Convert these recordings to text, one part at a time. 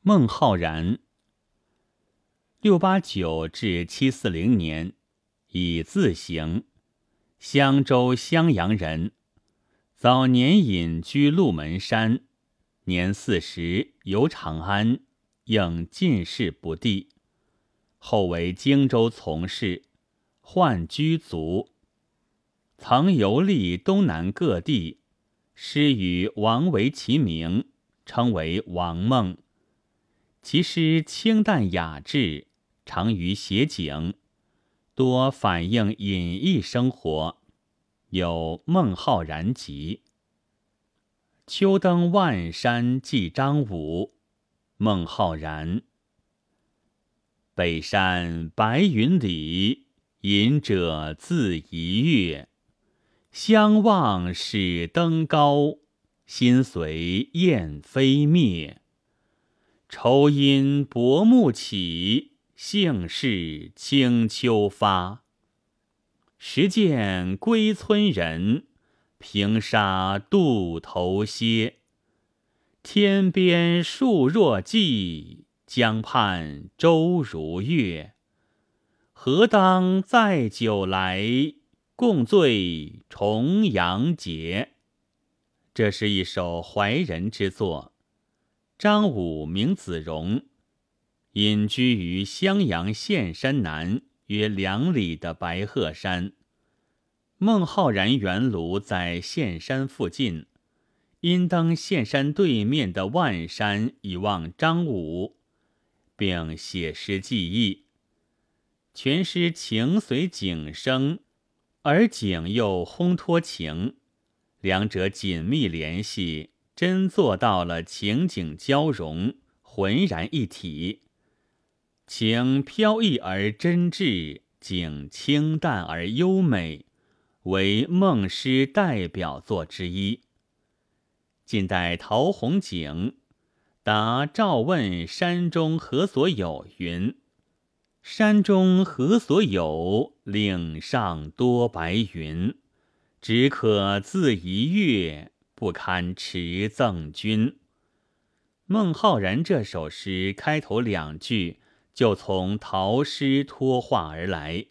孟浩然，689至740年，以字行，襄州襄阳人。早年隐居鹿门山，年40游长安，应进士不第。后为荆州从事，宦居族。曾游历东南各地，诗与王维齐名，称为王孟。其诗清淡雅致，长于写景，多反映隐逸生活，有《孟浩然集》。秋登万山记张武，孟浩然。北山白云里，隐者自一月。相望始登高，心随雁飞灭。愁因薄暮起，兴是清秋发。时见归村人，平沙渡头歇。天边树若荠，江畔舟如月。何当载酒来，共醉重阳节。这是一首怀人之作。张武名子荣，隐居于襄阳县山南约2里的白鹤山。孟浩然原庐在县山附近，因登县山对面的万山以望张武，并写诗记忆。全诗情随景生，而景又烘托情，两者紧密联系，真做到了情景交融，浑然一体。情飘逸而真挚，景清淡而优美，为孟诗代表作之一。近代陶弘景答诏问山中何所有云：山中何所有，岭上多白云。只可自一月，不堪持赠君。孟浩然这首诗开头2句就从陶诗脱化而来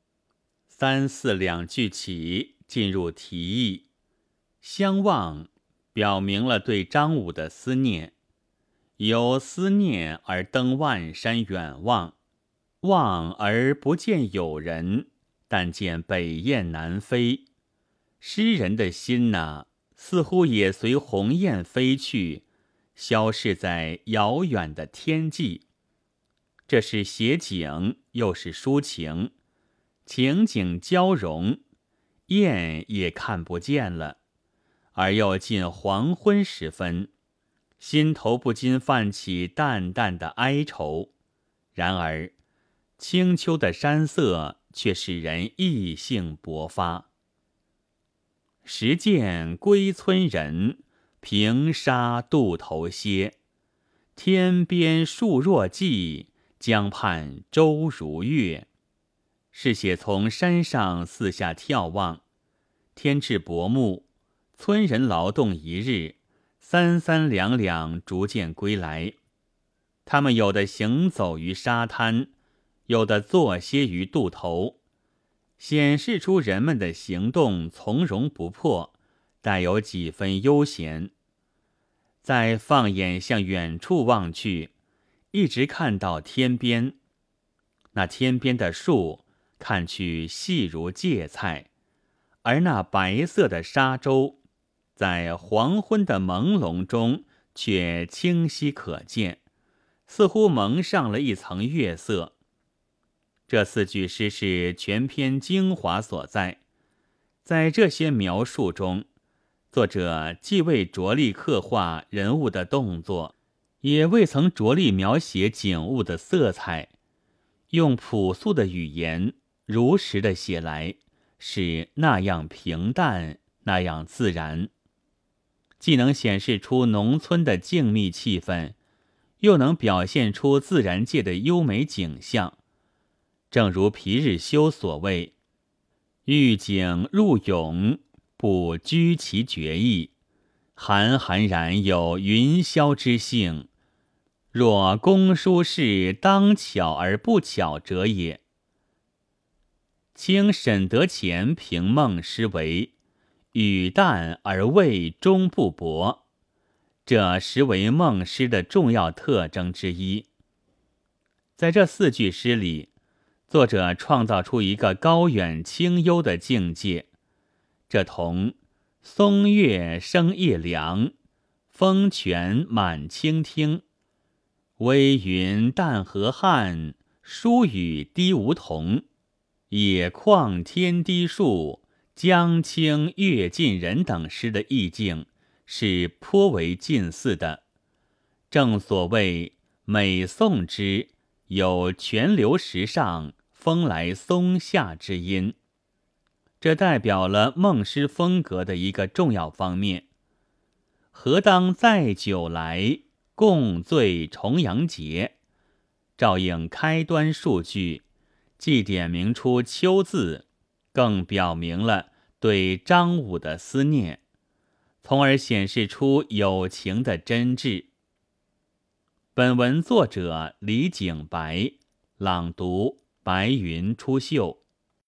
，3、4两句起进入题意。相望表明了对张武的思念，由思念而登万山远望，望而不见有人，但见北雁南飞。诗人的心似乎也随鸿雁飞去，消逝在遥远的天际。这是写景，又是抒情，情景交融，雁也看不见了，而又近黄昏时分，心头不禁泛起淡淡的哀愁。然而清秋的山色却使人意兴勃发。时见归村人，平沙渡头歇。天边树若荠，江畔舟如月。是写从山上四下眺望，天至薄暮，村人劳动一日，3、3两两逐渐归来。他们有的行走于沙滩，有的坐歇于渡头，显示出人们的行动从容不迫，带有几分悠闲。再放眼向远处望去，一直看到天边。那天边的树看去细如芥菜，而那白色的沙洲在黄昏的朦胧中却清晰可见，似乎蒙上了一层月色。这4句诗是全篇精华所在。在这些描述中，作者既未着力刻画人物的动作，也未曾着力描写景物的色彩，用朴素的语言如实的写来，是那样平淡，那样自然，既能显示出农村的静谧气氛，又能表现出自然界的优美景象。正如皮日休所谓：遇景入咏，不拘其绝意，韩寒然有云霄之兴， 若公书事当巧而不巧者也。卿沈德潜评孟诗为语淡而味终不薄，这实为孟诗的重要特征之一。在这4句诗里，作者创造出一个高远清幽的境界，这同松月生夜凉，风泉满清听，微云淡河汉，疏雨滴梧桐，野旷天低树，江清月近人等诗的意境是颇为近似的。正所谓美颂之有泉流石上，风来松下之音，这代表了孟诗风格的一个重要方面。何当载酒来，共醉重阳节，照应开端数句，既点明出秋字，更表明了对张武的思念，从而显示出友情的真挚。本文作者李景白，朗读白云出岫。